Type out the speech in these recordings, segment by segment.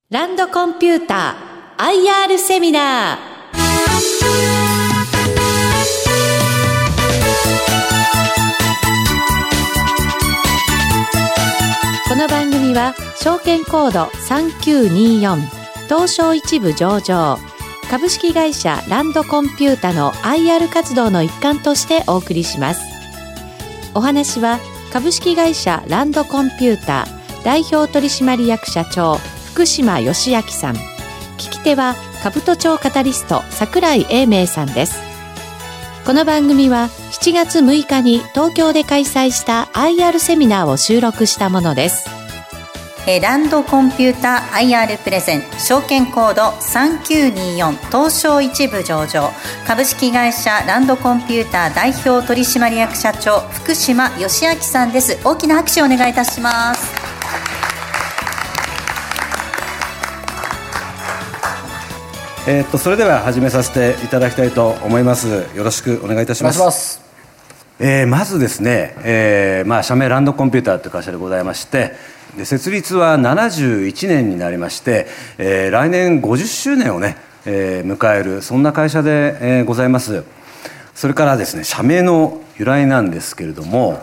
ランドコンピューター IR セミナー。この番組は証券コード3924東証一部上場株式会社ランドコンピュータの IR 活動の一環としてお送りします。お話は株式会社ランドコンピュータ代表取締役社長福島義明さん。聞き手は兜町カタリスト櫻井英明さんです。この番組は7月6日に東京で開催した IR セミナーを収録したものです。 ランドコンピュータ IR プレゼン証券コード3924東証一部上場株式会社ランドコンピュータ代表取締役社長福島義明さんです。大きな拍手をお願いいたします。 それでは始めさせていただきたいと思います。よろしくお願いいたします。 お願いします。 まずですね、社名ランドコンピューターという会社でございまして、で設立は71年になりまして、来年50周年をね、迎えるそんな会社で、ございます。それからですね、社名の由来なんですけれども、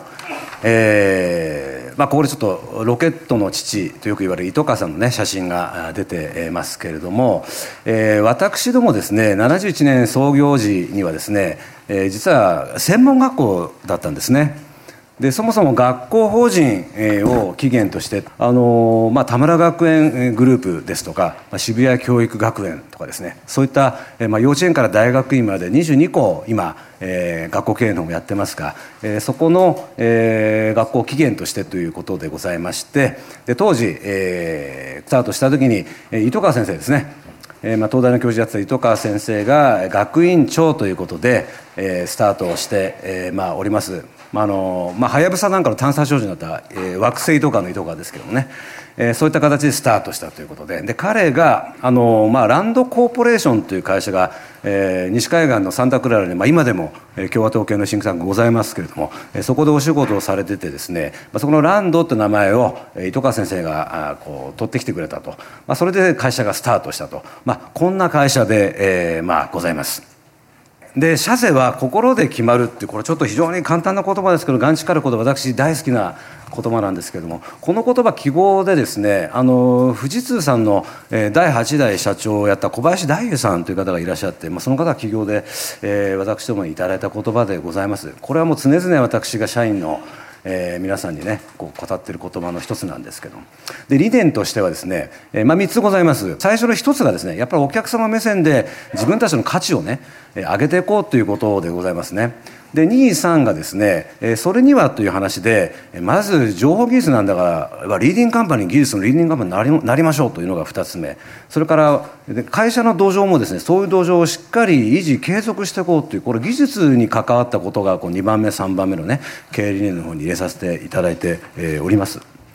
ここでちょっとロケットの父とよく言われる糸川さんのね写真が出てますけれども、私どもですね71年創業時にはですね、実は専門学校だったんですね。でそもそも学校法人を起源として田村学園グループですとか渋谷教育学園とかですね、そういった幼稚園から大学院まで22校今学校経営の方もやってますが、そこの学校起源としてということでございまして、で当時スタートした時に糸川先生ですね、東大の教授やってた糸川先生が学院長ということでスタートをしております。はやぶさなんかの探査少女になった、惑星とかの糸川ですけどもね、そういった形でスタートしたということで、彼がランドコーポレーションという会社が、西海岸のサンタクララに、今でも共和党系のシンクタンクございますけれども、そこでお仕事をされててですね、そこのランドという名前を糸川先生が取ってきてくれたと、それで会社がスタートしたと、こんな会社で、ございます。で社是は心で決まるっていう、これちょっと非常に簡単な言葉ですけど、がんちかる言葉、私大好きな言葉なんですけれども、この言葉記号でですね、富士通さんの第8代社長をやった小林大祐さんという方がいらっしゃって、その方が起業で、私どもにいただいた言葉でございます。これはもう常々私が社員の皆さんにね語っている言葉の一つなんですけど、で理念としてはですね、3つございます。最初の一つがですね、やっぱりお客様目線で自分たちの価値をね上げていこうということでございますね。で2、3がですね、それにはという話で、まず情報技術なんだからリーディングカンパニー、技術のリーディングカンパニーになりましょうというのが2つ目。それから会社の土壌もですね、そういう土壌をしっかり維持継続していこうという、これ技術に関わったことが2番目3番目のね経営理念の方に入れさせていただいております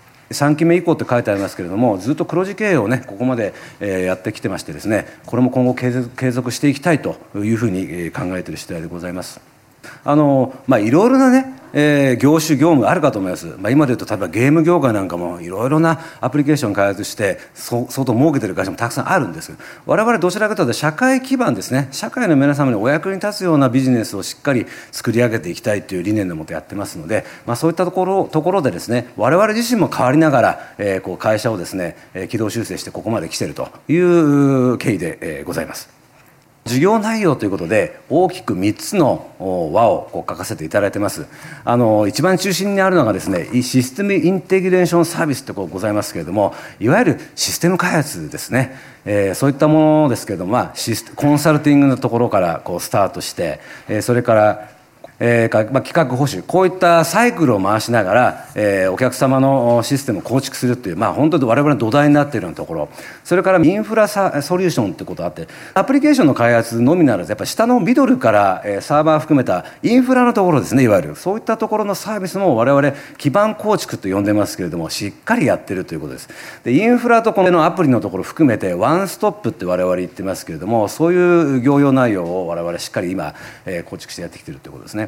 。3期目以降って書いてありますけれども、ずっと黒字経営をねここまでやってきてましてですね、これも今後継続していきたいというふうに考えている次第でございます。いろいろなね、業種業務あるかと思います。今でいうと例えばゲーム業界なんかもいろいろなアプリケーション開発して相当儲けてる会社もたくさんあるんですけど、我々どちらかというと社会基盤ですね、社会の皆様にお役に立つようなビジネスをしっかり作り上げていきたいという理念のもとやってますので、そういったところでですね、我々自身も変わりながら、会社をですね軌道修正してここまで来ているという経緯で、ございます。事業内容ということで大きく3つの輪を書かせていただいてます。一番中心にあるのがですね、システムインテグレーションサービスってございますけれども、いわゆるシステム開発ですね、そういったものですけれども、コンサルティングのところからスタートして、それから企画保守、こういったサイクルを回しながら、お客様のシステムを構築するという、本当に我々の土台になっているようなところ、それからインフラソリューションということがあって、アプリケーションの開発のみならずやっぱり下のミドルからサーバー含めたインフラのところですね、いわゆるそういったところのサービスも我々基盤構築と呼んでますけれども、しっかりやっているということです。でインフラとこのアプリのところ含めてワンストップって我々言ってますけれども、そういう業用内容を我々しっかり今構築してやってきているということですね。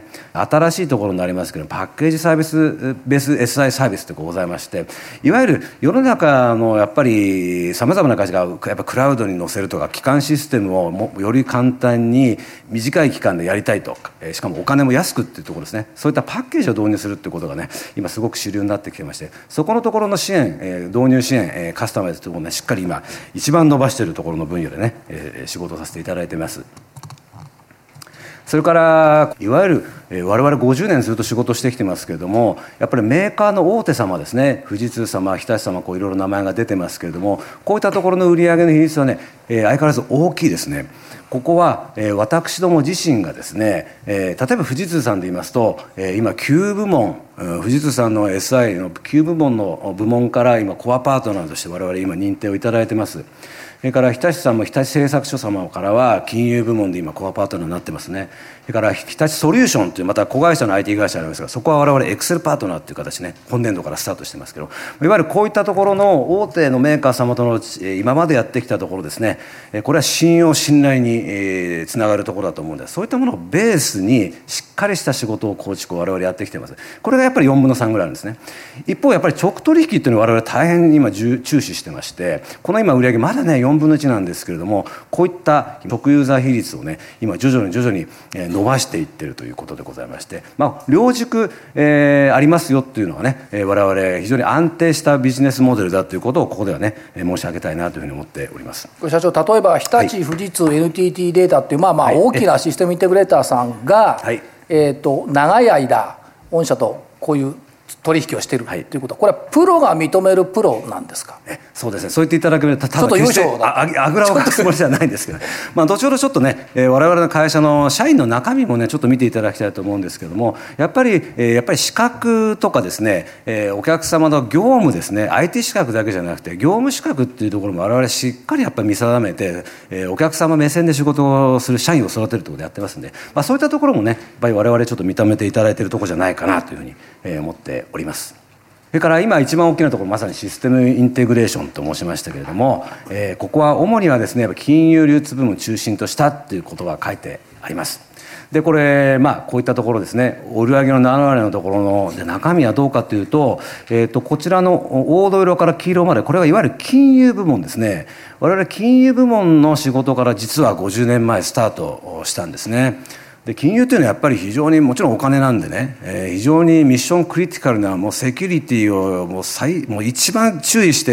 ね。新しいところになりますけど、パッケージサービスベース SI サービスってございまして、いわゆる世の中のやっぱりさまざまな会社がやっぱクラウドに載せるとか、基幹システムをより簡単に短い期間でやりたいと、しかもお金も安くっていうところですね。そういったパッケージを導入するっていうことがね、今すごく主流になってきてまして、そこのところの支援、導入支援、カスタマイズというものをね、しっかり今一番伸ばしているところの分野でね、仕事をさせていただいています。それからいわゆる我々50年ずっと仕事してきてますけれども、やっぱりメーカーの大手様ですね、富士通様、日立様、いろいろ名前が出てますけれども、こういったところの売り上げの比率はね、相変わらず大きいですね。ここは私ども自身がですね、例えば富士通さんで言いますと、今9部門、富士通さんの SI の9部門の部門から今コアパートナーとして我々今認定をいただいてます。それから日立さんも日立製作所様からは金融部門で今コアパートナーになってますね。それから日立ソリューションというまた子会社の IT 会社がありますが、そこは我々エクセルパートナーという形ね、今年度からスタートしてますけど、いわゆるこういったところの大手のメーカー様との今までやってきたところですね、これは信用信頼につながるところだと思うんです。そういったものをベースにしっかりした仕事を構築を我々やってきてます。これがやっぱり4分の3ぐらいなんですね。一方やっぱり直取引っていうのは我々大変今注視してまして、この今売上まだね4分の1なんですけれども、こういった特ユーザー比率をね今徐々に伸ばしていっているということでございまして、両軸、ありますよっていうのはね、我々非常に安定したビジネスモデルだということをここではね申し上げたいなというふうに思っております。 社長、例えば日立、富士通、NTT データっていう大きなシステムインテグレーターさんが、長い間御社とこういう取引をしているということは、これはプロが認めるプロなんですか？ そうですね、そう言っていただけると、 ちょっと優勝だ、 あぐらをかくつもりじゃないんですけど、後ほどちょっとね、我々の会社の社員の中身もねちょっと見ていただきたいと思うんですけども、やっぱり資格とかですね、お客様の業務ですね、 IT 資格だけじゃなくて業務資格っていうところも我々しっかりやっぱり見定めて、お客様目線で仕事をする社員を育てるということでやってますんで、そういったところもねやっぱり我々ちょっと認めていただいているところじゃないかなというふうに思っております。それから今一番大きなところ、まさにシステムインテグレーションと申しましたけれども、ここは主にはですね金融流通部門を中心としたということが書いてあります。でこれこういったところですね、売上の7割のところので中身はどうかというと、こちらの黄土色から黄色まで、これはいわゆる金融部門ですね。我々金融部門の仕事から実は50年前スタートしたんですね。で金融というのはやっぱり非常にもちろんお金なんでね、非常にミッションクリティカルなもうセキュリティをもう一番注意して、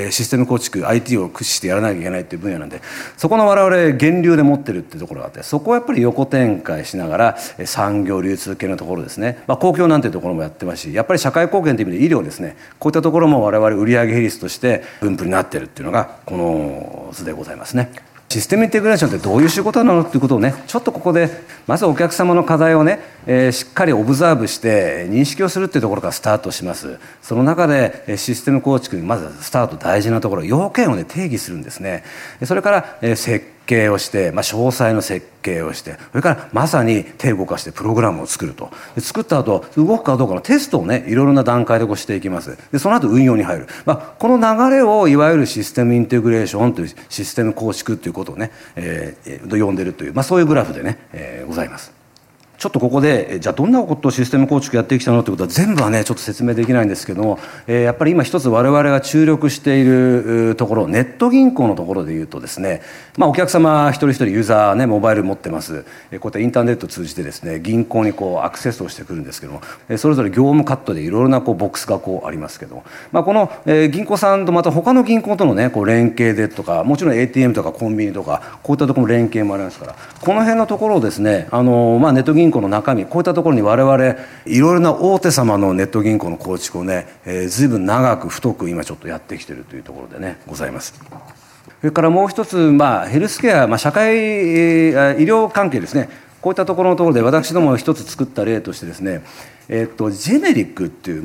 システム構築 IT を駆使してやらなきゃいけないという分野なんで、そこの我々源流で持ってるっていうところがあって、そこをやっぱり横展開しながら産業流通系のところですね、公共なんていうところもやってますし、やっぱり社会貢献という意味で医療ですね、こういったところも我々売上比率として分布になってるっていうのがこの図でございますね。システムインテグレーションってどういう仕事なのっていうことをね、ちょっとここでまずお客様の課題をね、しっかりオブザーブして認識をするっていうところからスタートします。その中でシステム構築にまずスタート大事なところ、要件をね定義するんですね。それから設計をして、詳細の設計をして、それからまさに手を動かしてプログラムを作ると。で作った後動くかどうかのテストをねいろいろな段階でしていきます。でその後運用に入る、この流れをいわゆるシステムインテグレーションというシステム構築ということをね、呼んでるという、そういうグラフでね、ございます。ちょっとここでじゃあどんなことをシステム構築やってきたのということは全部はねちょっと説明できないんですけども、やっぱり今一つ我々が注力しているところ、ネット銀行のところでいうとですね、お客様一人一人ユーザーねモバイル持ってます。こういったインターネットを通じてですね銀行にアクセスをしてくるんですけども、それぞれ業務カットでいろいろなボックスがありますけども、この銀行さんとまた他の銀行とのね連携でとか、もちろん ATM とかコンビニとかこういったところの連携もありますから、この辺のところをですねネット銀行の中身、こういったところに我々いろいろな大手様のネット銀行の構築をね、随分長く太く今ちょっとやってきているというところでねございます。それからもう一つ、ヘルスケア、社会、医療関係ですね、こういったところで私ども一つ作った例としてですね、ジェネリックっていう、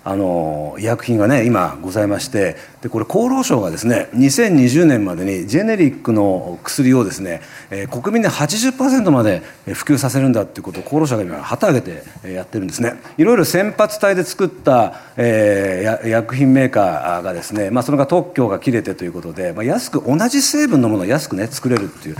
医薬品がね今ございまして、でこれ厚労省がですね2020年までにジェネリックの薬をですね、国民で 80% まで普及させるんだっていうことを厚労省が今旗を挙げてやってるんですね。いろいろ先発体で作った、薬品メーカーがですね、それが特許が切れてということで、安く同じ成分のものを安くね作れるっていう、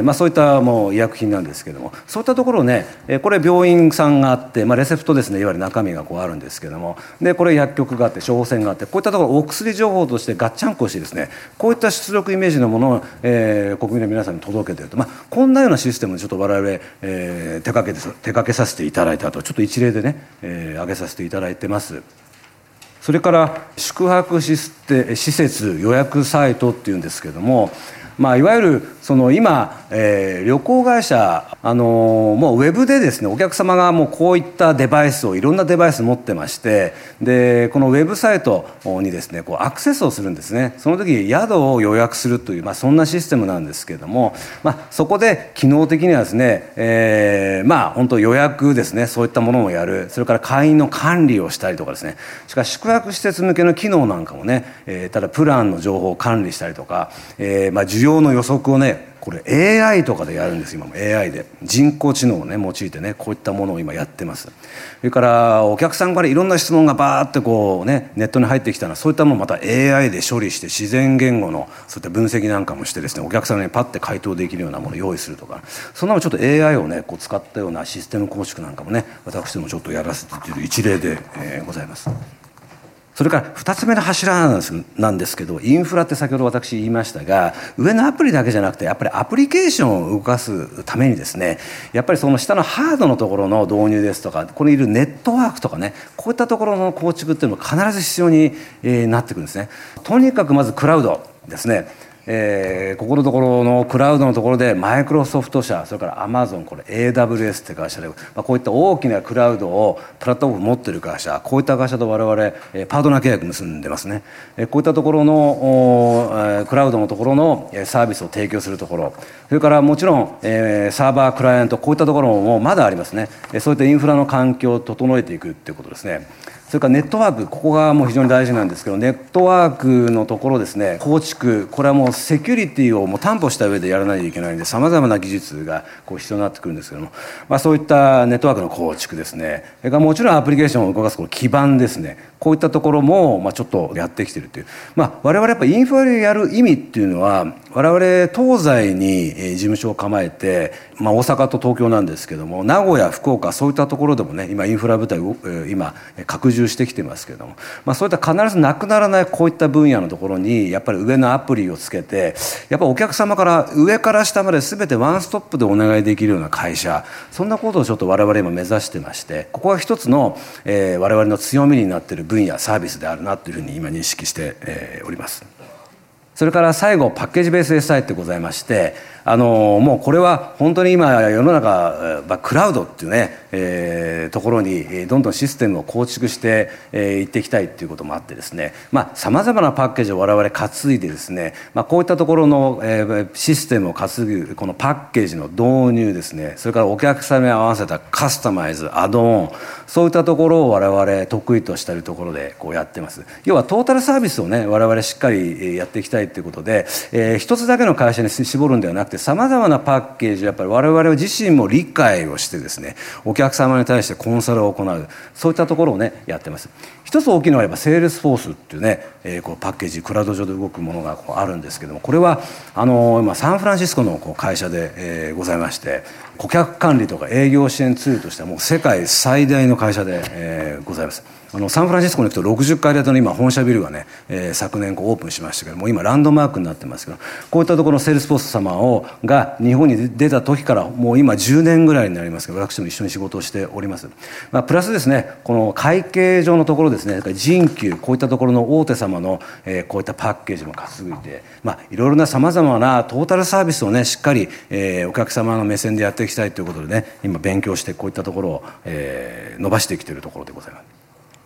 そういったもう医薬品なんですけども、そういったところをね、これ病院さんがあって、レセプトですね、いわゆる中身がこうあるんですけども、でこれ薬局があって処方箋があって、こういったところをお薬情報としてガッチャンコしてですね、こういった出力イメージのものを、国民の皆さんに届けていると、こんなようなシステムをちょっと我々、手掛けさせていただいたと、ちょっと一例でね、挙げさせていただいてます。それから宿泊施設予約サイトっていうんですけども、いわゆるその今、旅行会社もうウェブでですね、お客様がもうこういったデバイスをいろんなデバイス持ってまして、でこのウェブサイトにですねこうアクセスをするんですね。その時宿を予約するという、そんなシステムなんですけれども、そこで機能的にはですね、本当予約ですね、そういったものをやる、それから会員の管理をしたりとかですね、しかし宿泊施設向けの機能なんかもね、ただプランの情報を管理したりとか、需要の予測をね、これ AI とかでやるんです。今も AI で人工知能をね用いてね、こういったものを今やってます。それからお客さんからいろんな質問がバーってこうねネットに入ってきたら、そういったものをまた AI で処理して自然言語のそういった分析なんかもしてですね、お客さんにパッて回答できるようなものを用意するとか、そんなのちょっと AI をねこう使ったようなシステム構築なんかもね、私どもちょっとやらせている一例で、ございます。それから2つ目の柱なんですけど、インフラって先ほど私言いましたが、上のアプリだけじゃなくてやっぱりアプリケーションを動かすためにですね、やっぱりその下のハードのところの導入ですとか、ここにいるネットワークとかね、こういったところの構築っていうのが必ず必要になってくるんですね。とにかくまずクラウドですね。ここのところのクラウドのところでマイクロソフト社、それからアマゾン、これ AWS って会社で、こういった大きなクラウドをプラットフォーム持っている会社、こういった会社と我々パートナー契約結んでますね。こういったところのクラウドのところのサービスを提供するところ、それからもちろんサーバークライアント、こういったところもまだありますね。そういったインフラの環境を整えていくっていうことですね。それからネットワーク、ここがもう非常に大事なんですけど、ネットワークのところですね、構築、これはもうセキュリティをもう担保した上でやらないといけないんで、さまざまな技術がこう必要になってくるんですけども、そういったネットワークの構築ですね、それからもちろんアプリケーションを動かすこの基盤ですね、こういったところもちょっとやってきているという、我々やっぱりインフラでやる意味っていうのは、我々東西に事務所を構えて、大阪と東京なんですけども、名古屋、福岡、そういったところでもね、今インフラ部隊を今拡充してきてますけれども、そういった必ずなくならないこういった分野のところにやっぱり上のアプリをつけて、やっぱりお客様から上から下まで全てワンストップでお願いできるような会社、そんなことをちょっと我々今目指してまして、ここが一つの、我々の強みになっている分野サービスであるなというふうに今認識しております。それから最後パッケージベース SI ってございまして、もうこれは本当に今世の中、クラウドっていうね、ところにどんどんシステムを構築していっていきたいっていうこともあってですね、さまざまなパッケージを我々担いでですね、こういったところの、システムを担ぐこのパッケージの導入ですね、それからお客様に合わせたカスタマイズ、アドオン、そういったところを我々得意としているところでこうやってます。要はトータルサービスをね我々しっかりやっていきたいということで、一つだけの会社に絞るんではなくて、さまざまなパッケージをやっぱり我々自身も理解をしてですね、お客様に対してコンサルを行う、そういったところをねやってます。一つ大きいのはやっぱセールスフォースっていうね、こうパッケージクラウド上で動くものがこうあるんですけども、これは今サンフランシスコのこう会社で、ございまして、顧客管理とか営業支援ツールとしてはもう世界最大の会社で、ございます。サンフランシスコに行くと60階建ての今本社ビルがね、昨年こうオープンしましたけども、今ランドマークになってますけど、こういったところのセールスフォース様が日本に出た時からもう今10年ぐらいになりますけど、私も一緒に仕事をしております。プラスですね、この会計上のところですね、人給、こういったところの大手様の、こういったパッケージも担いで、いろいろなさまざまなトータルサービスをねしっかり、お客様の目線でやっていきたいということでね、今勉強してこういったところを、伸ばしてきているところでございます。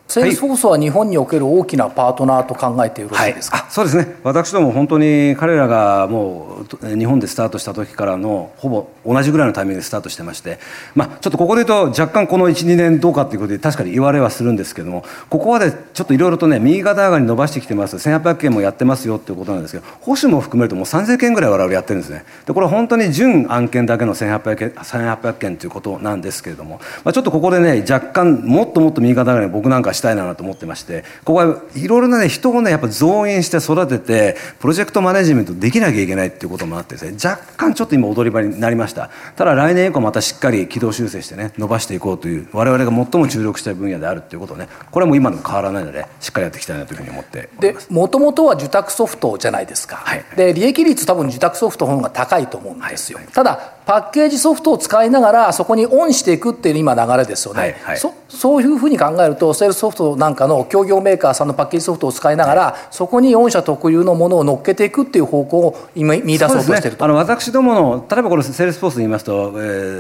セールスフォースは日本における大きなパートナーと考えてよろしいですか？ そうですね。私ども本当に彼らがもう日本でスタートした時からのほぼ同じぐらいのタイミングでスタートしてまして、ちょっとここで言うと若干この 1,2 年どうかということで確かに言われはするんですけども、ここまでちょっといろいろとね右肩上がりに伸ばしてきてます。1800件もやってますよということなんですけど、保守も含めるともう3000件ぐらい我々やってるんですね。でこれは本当に純案件だけの1800件ということなんですけれども、ちょっとここでね若干もっともっと右肩上がりに僕なんかしたいなと思ってまして、ここはいろいろな、ね、人をねやっぱ増員して育ててプロジェクトマネジメントできなきゃいけないっていうこともあってですね、若干ちょっと今踊り場になりました。ただ来年以降またしっかり軌道修正してね伸ばしていこうという我々が最も注力したい分野であるということをね、これはもう今でも変わらないのでしっかりやっていきたいなというふうに思っております。 でもともとは受託ソフトじゃないですか、で利益率多分受託ソフトの方が高いと思うんですよ、ただパッケージソフトを使いながらそこにオンしていくっていう今流れですよね、そういうふうに考えるとセールスソフトなんかの協業メーカーさんのパッケージソフトを使いながら、そこに御社特有のものを乗っけていくっていう方向を今見出そうとしていると。 私どもの例えばこれセールスフォースで言いますと、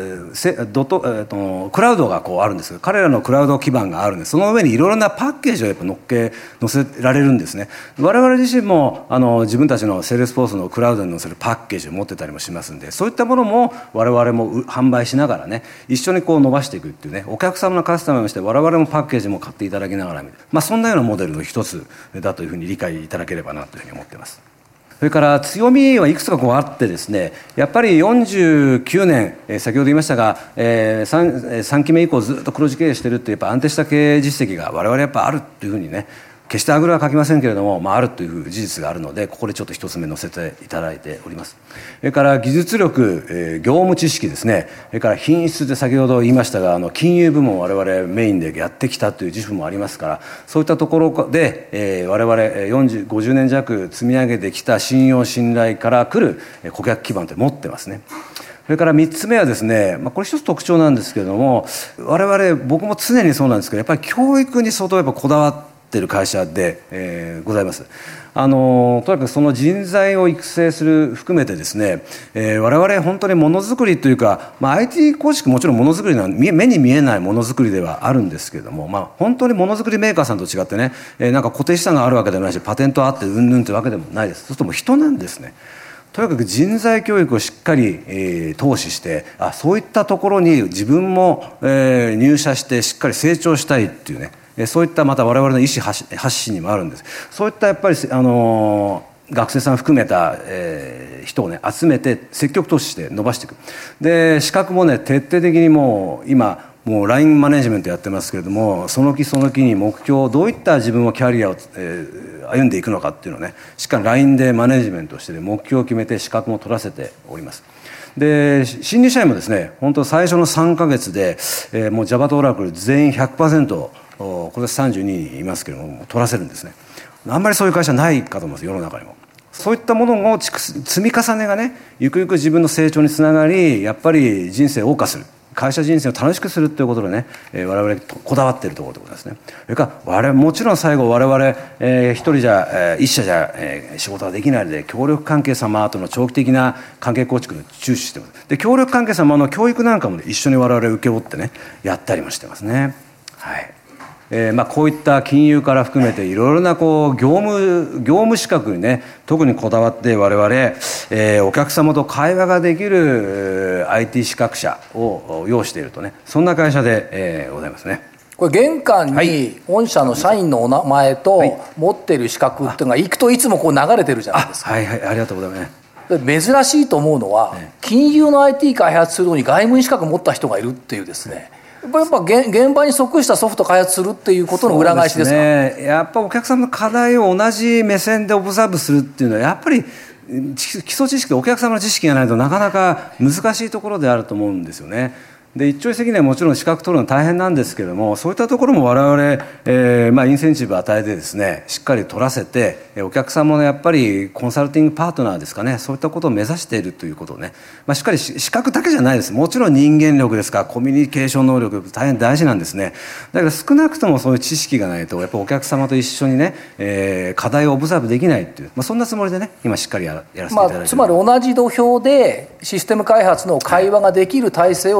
クラウドがこうあるんですけど、彼らのクラウド基盤があるんです。その上にいろいろなパッケージをやっぱ載せられるんですね。我々自身も自分たちのセールスフォースのクラウドに載せるパッケージを持ってたりもしますんで、そういったものも我々も販売しながらね一緒にこう伸ばしていくっていうね、お客様のカスタマーにして我々もパッケージも買っていただきながらそんなようなモデルの一つだというふうに理解いただければなというふうに思っています。それから強みはいくつかこうあってですね、やっぱり49年、先ほど言いましたが、3期目以降ずっと黒字経営してるってやっぱ安定した経営実績が我々やっぱあるっていうふうにね、決してあぐらはかきませんけれども、あるという事実があるので、ここでちょっと一つ目載せていただいております。それから技術力、業務知識ですね、それから品質で先ほど言いましたが金融部門を我々メインでやってきたという自負もありますから、そういったところで、我々50年弱積み上げてきた信用信頼から来る顧客基盤って持ってますね。それから3つ目はですね、これ一つ特徴なんですけれども、我々僕も常にそうなんですけど、やっぱり教育に相当やっぱこだわってる会社で、ございます。とにかくその人材を育成する含めてですね、我々本当にものづくりというか、IT 構築もちろんものづくりな目に見えないものづくりではあるんですけれども、本当にものづくりメーカーさんと違ってね、なんか固定資産があるわけではないしパテントあってうんぬんというわけでもないです。そうするともう人なんですね。とにかく人材教育をしっかり、投資して、そういったところに自分も、入社してしっかり成長したいっていうね、そういったまた我々の意思発信にもあるんです。そういったやっぱり学生さん含めた、人をね集めて積極投資して伸ばしていく。で資格もね徹底的にもう今もう LINE マネジメントやってますけれども、その期その期に目標、どういった自分のキャリアを、歩んでいくのかっていうのをねしっかり LINE でマネジメントして、目標を決めて資格も取らせております。で新入社員もですね、本当最初の3ヶ月で、もう Java と Oracle 全員 100%、今年32人いますけれども取らせるんですね。あんまりそういう会社ないかと思います、世の中にも。そういったものの積み重ねがね、ゆくゆく自分の成長につながり、やっぱり人生を謳歌する、会社人生を楽しくするということでね、我々こだわっているところでございますね。それから我々もちろん最後我々、一人じゃ、一社じゃ、仕事ができないので、協力関係様との長期的な関係構築に注視してます。で協力関係様の教育なんかも、ね、一緒に我々請け負ってねやったりもしてますね。はい。こういった金融から含めていろいろなこう業務資格にね特にこだわって我々、お客様と会話ができる、IT 資格者を要しているとね、そんな会社で、ございますね。 これ玄関に御社の社員のお名前と持っている資格っていうのが行くといつもこう流れてるじゃないですか。 はいはい、ありがとうございます。 珍しいと思うのは、金融の IT 開発するのに外務資格持った人がいるっていうですね、やっぱ現場に即したソフト開発するっていうことの裏返しですか？そうですね、やっぱお客さんの課題を同じ目線でオブザーブするっていうのはやっぱり基礎知識でお客様の知識がないとなかなか難しいところであると思うんですよね。で一朝一夕にはもちろん資格取るのは大変なんですけれども、そういったところも我々、インセンティブを与えてですねしっかり取らせて、お客さんもやっぱりコンサルティングパートナーですかね、そういったことを目指しているということをね、しっかり資格だけじゃないです。もちろん人間力ですからコミュニケーション能力大変大事なんですね。だけど少なくともそういう知識がないとやっぱお客様と一緒にね、課題をオブザーブできないっていう、そんなつもりでね今しっかりやらせていただいている、 つまり同じ土俵でシステム開発の会話ができる体制を整えて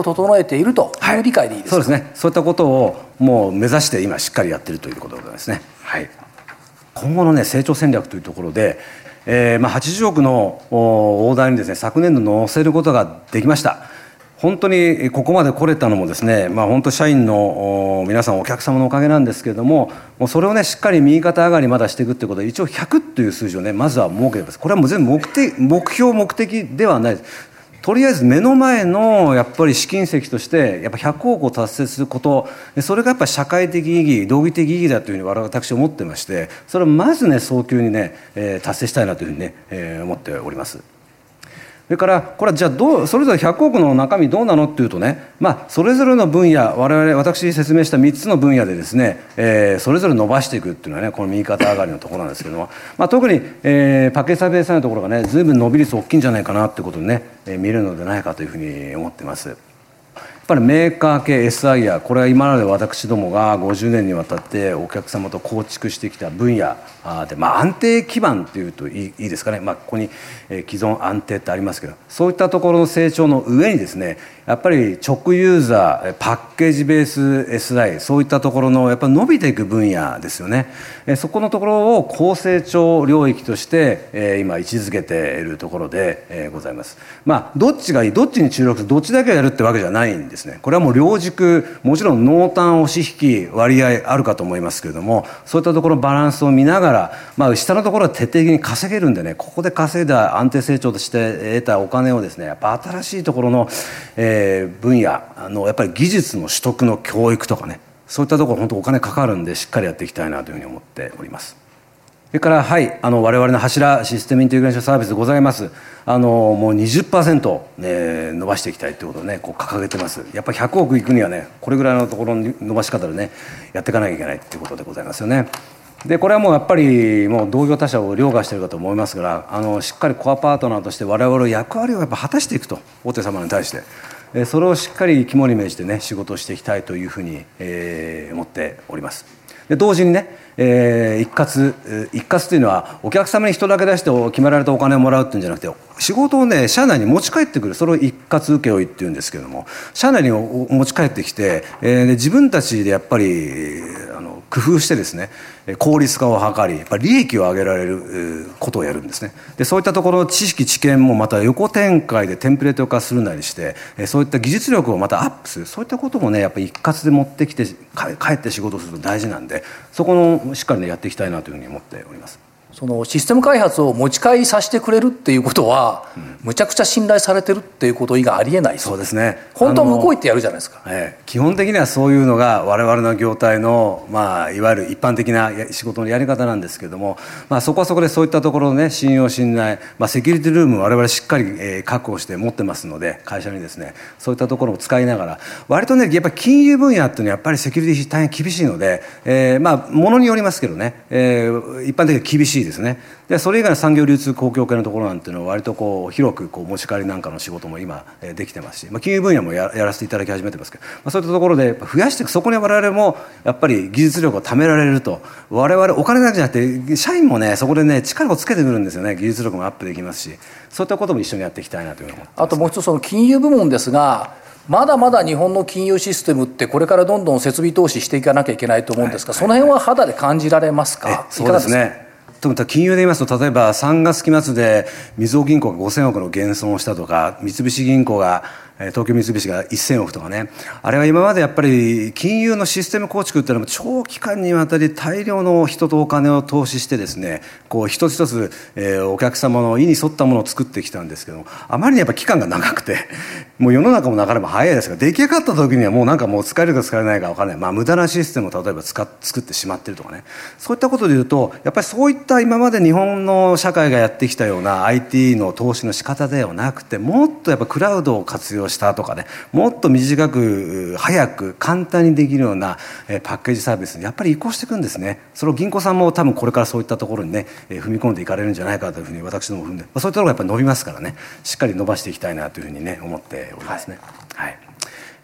ているという理解でいいですか？ そうですね。そういったことをもう目指して今しっかりやっているということでございますね。はい、今後の、ね、成長戦略というところで、80億のオーダーにですね、昨年度載せることができました。本当にここまで来れたのもですね、本当社員の皆さんお客様のおかげなんですけれども、もうそれをねしっかり右肩上がりまだしていくということで、一応100という数字をねまずは設けてます。これはもう全部目標目的ではないです。とりあえず目の前のやっぱり試金石としてやっぱ100億を達成すること、それがやっぱり社会的意義、道義的意義だというふうに私は思ってまして、それをまずね早急にね達成したいなというふうにね思っております。それからこれはじゃあそれぞれ100億の中身どうなのっていうとね、それぞれの分野、私説明した3つの分野でですね、それぞれ伸ばしていくっていうのはね、この右肩上がりのところなんですけども、特に、パッケージサービスのところがね随分伸び率大きいんじゃないかなってことでね、見るのではないかというふうに思っています。やっぱりメーカー系 SIR、 これは今まで私どもが50年にわたってお客様と構築してきた分野で、安定基盤というといいですかね、ここに既存安定ってありますけど、そういったところの成長の上にですね、やっぱり直ユーザーパッケージベース SI、 そういったところのやっぱり伸びていく分野ですよね。そこのところを高成長領域として今位置づけているところでございます。どっちがいい、どっちに注力する、どっちだけをやるってわけじゃないんですね。これはもう両軸、もちろん濃淡押し引き割合あるかと思いますけれども、そういったところのバランスを見ながら、下のところは徹底的に稼げるんでね、ここで稼いだ安定成長として得たお金をですね、やっぱ新しいところの、分野のやっぱり技術の取得の教育とかね、そういったところ本当お金かかるんでしっかりやっていきたいなというふうに思っております。それから我々の柱システムインテグレーションサービスでございます。もう 20%、伸ばしていきたいということをね掲げてます。やっぱり100億いくにはね、これぐらいのところの伸ばし方でねやっていかなきゃいけないということでございますよね。でこれはもうやっぱりもう同業他社を凌駕しているかと思いますから、しっかりコアパートナーとして我々の役割をやっぱ果たしていくと、大手様に対してそれをしっかり肝に銘じてね仕事をしていきたいというふうに、思っております。で同時にね、一括というのはお客様に人だけ出して決められたお金をもらうっていうんじゃなくて、仕事をね社内に持ち帰ってくる、それを一括請負っていうんですけども、社内に持ち帰ってきて、で自分たちでやっぱり工夫してですね効率化を図り、やっぱり利益を上げられることをやるんですね。でそういったところの知識知見もまた横展開でテンプレート化するなりして、そういった技術力をまたアップする、そういったこともねやっぱり一括で持ってきて帰って仕事をすると大事なんで、そこのしっかりねやっていきたいなというふうに思っております。 そのシステム開発を持ち帰りさせてくれるっていうことは、むちゃくちゃ信頼されてるっていうこと以外ありえない。 そうですね。 本当は向こう行ってやるじゃないですか。 基本的にはそういうのが我々の業態の、いわゆる一般的な仕事のやり方なんですけれども、そこはそこでそういったところのね信用信頼、セキュリティルームを我々しっかり、確保して持ってますので、会社にですねそういったところを使いながら、割とねやっぱり金融分野っていうのはやっぱりセキュリティ大変厳しいので、ものによりますけどね、一般的には厳しいですね。でそれ以外の産業流通公共系のところなんていうのは割と広く持ち帰りなんかの仕事も今できてますし、金融分野もやらせていただき始めてますけど、そういったところで増やしていく、そこに我々もやっぱり技術力を貯められると、我々お金だけじゃなくて社員もねそこでね力をつけてくるんですよね。技術力もアップできますし、そういったことも一緒にやっていきたいなというふうに思ってます。 あともう一つその金融部門ですが、まだまだ日本の金融システムってこれからどんどん設備投資していかなきゃいけないと思うんですが、その辺は肌で感じられますか？ そうですね。金融で言いますと、例えば3月期末でみずほ銀行が5000億の減損をしたとか、三菱銀行が東京三菱が1000億とかね、あれは今までやっぱり金融のシステム構築っていうのは長期間にわたり大量の人とお金を投資してですね、一つ一つ、お客様の意に沿ったものを作ってきたんですけども、あまりにやっぱ期間が長くて、もう世の中も流れも早いですが、出来上がった時にはもう使えるか使えないか分からない、無駄なシステムを例えば作ってしまっているとかね、そういったことでいうと、やっぱりそういった今まで日本の社会がやってきたような IT の投資の仕方ではなくて、もっとやっぱクラウドを活用したとかね、もっと短く早く簡単にできるようなパッケージサービスにやっぱり移行していくんですね。それを銀行さんも多分これからそういったところにね踏み込んでいかれるんじゃないかというふうに私ども踏んで、そういったところがやっぱり伸びますからね、しっかり伸ばしていきたいなというふうにね思っておりますね。はい、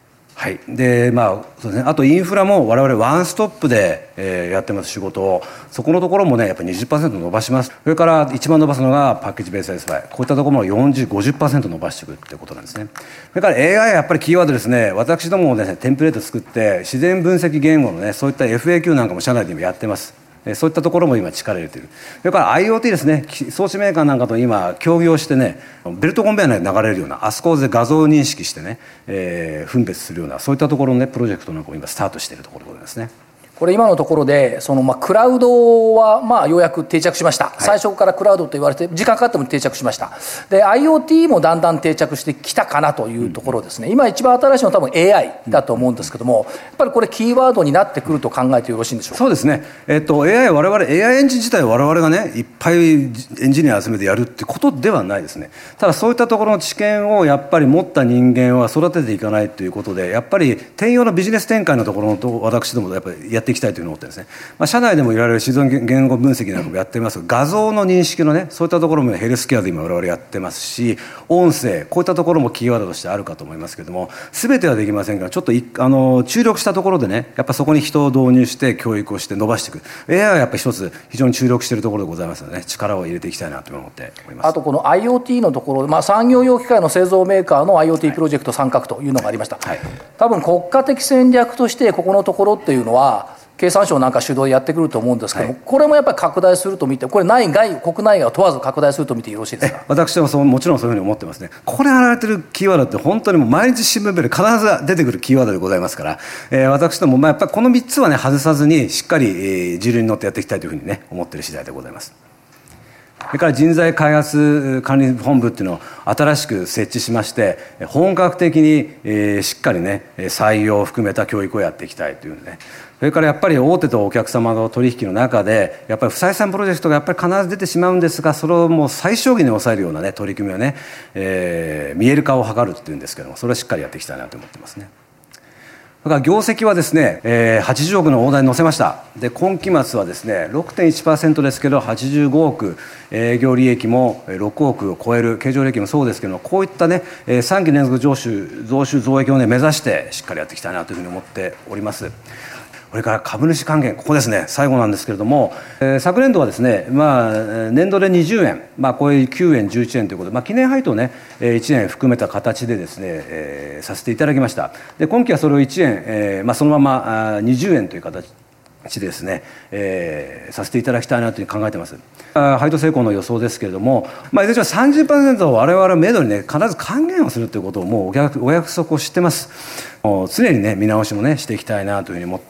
はい、でそうですね、あとインフラも我々ワンストップで、やってます仕事を、そこのところもねやっぱり 20% 伸ばします。それから一番伸ばすのがパッケージベース SI、 こういったところも 40-50% 伸ばしていくってことなんですね。それから AI はやっぱりキーワードですね。私どももですねテンプレート作って自然分析言語のねそういった FAQ なんかも社内で今やってます。そういったところも今力入れている。それから IoT ですね、装置メーカーなんかと今協業してね、ベルトコンベヤーに流れるようなあそこで画像を認識してね、分別するようなそういったところのねプロジェクトなんかも今スタートしているところでございますね。 これ今のところでクラウドはようやく定着しました、はい、最初からクラウドと言われて時間かかっても定着しました。で IoT もだんだん定着してきたかなというところですね、今一番新しいのは多分 AI だと思うんですけども、やっぱりこれキーワードになってくると考えてよろしいんでしょうか。 そうですね、AI 我々 AI エンジン自体我々がねいっぱいエンジニア集めてやるってことではないですね。ただそういったところの知見をやっぱり持った人間は育てていかないということで、やっぱり転用のビジネス展開のところと私どもやっぱりやっていきたいというのを思ってるんですね。社内でもいろいろ自然言語分析なんかもやってますが、画像の認識のねそういったところもヘルスケアで今我々やってますし、音声こういったところもキーワードとしてあるかと思いますけれども、全てはできませんがちょっと注力したところでねやっぱそこに人を導入して教育をして伸ばしていく AI はやっぱり一つ非常に注力しているところでございますので、ね、力を入れていきたいなと思っております。 あとこの IoT のところ、産業用機械の製造メーカーの IoT プロジェクト参画というのがありました、はい、多分国家的戦略としてここのところっていうのは経産省なんか主導でやってくると思うんですけども、はい、これもやっぱり拡大すると見て、これ内外国内外を問わず拡大すると見てよろしいですか。 私はもちろんそういうふうに思ってますね。これやられてるキーワードって本当にもう毎日新聞ページ必ず出てくるキーワードでございますから、私どもやっぱりこの3つはね外さずにしっかり、時流に乗ってやっていきたいというふうにね思っている次第でございます。それから人材開発管理本部っていうのを新しく設置しまして、本格的に、しっかりね採用を含めた教育をやっていきたいというね。それからやっぱり大手とお客様の取引の中でやっぱり不採算プロジェクトがやっぱり必ず出てしまうんですが、それをもう最小限に抑えるようなね取り組みをね、見える化を図るっていうんですけども、それをしっかりやっていきたいなと思ってますね。だから業績はですね、80億の大台に乗せました。で今期末はですね 6.1% ですけど85億、営業利益も6億を超える、経常利益もそうですけども、こういったね3期連続増収増益をね目指してしっかりやっていきたいなというふうに思っております。これから株主還元、ここですね、最後なんですけれども、昨年度はですね、年度で20円、こういう9円、11円ということで、記念配当ね、1円含めた形でですね、させていただきました。で今期はそれを1円、そのまま20円という形でですね、させていただきたいなというふうに考えています。配当成功の予想ですけれども、いずれにしても 30% を我々はめどにね必ず還元をするということをもうお約束をしてます。常にね見直しもねしていきたいなというふうに思って、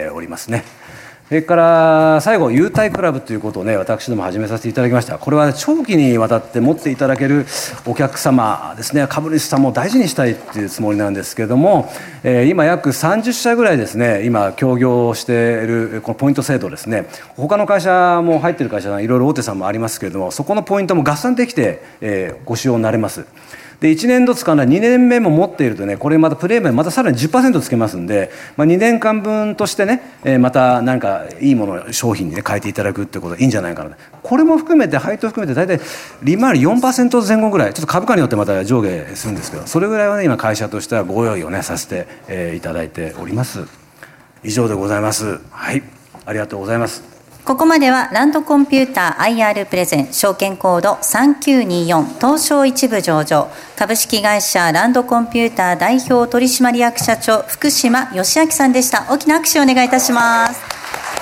おりますね。それから最後優待クラブということをね私ども始めさせていただきました。これは長期にわたって持っていただけるお客様ですね、株主さんも大事にしたいっていうつもりなんですけれども、今約30社ぐらいですね今協業しているこのポイント制度ですね、他の会社も入っている会社いろいろ大手さんもありますけれども、そこのポイントも合算できて、ご使用になれます。で1年度使うのは2年目も持っているとね、これまたプレミアムまたさらに 10% つけますんで、2年間分としてね、また何かいいものを商品にね変えていただくってことはいいんじゃないかな。これも含めて配当含めて大体利回り 4% 前後ぐらい、ちょっと株価によってまた上下するんですけど、それぐらいはね今会社としてはご用意をねさせて、いただいております。以上でございます。はい、ありがとうございます。 ここまではランドコンピューター IR プレゼン証券コード3924東証一部上場株式会社ランドコンピューター代表取締役社長福島義明さんでした。大きな拍手をお願いいたします。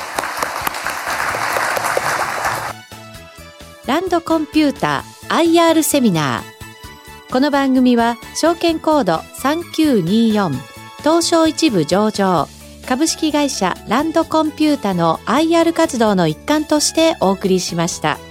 ランドコンピューター IR セミナー。この番組は証券コード3924東証一部上場株式会社ランドコンピュータの IR 活動の一環としてお送りしました。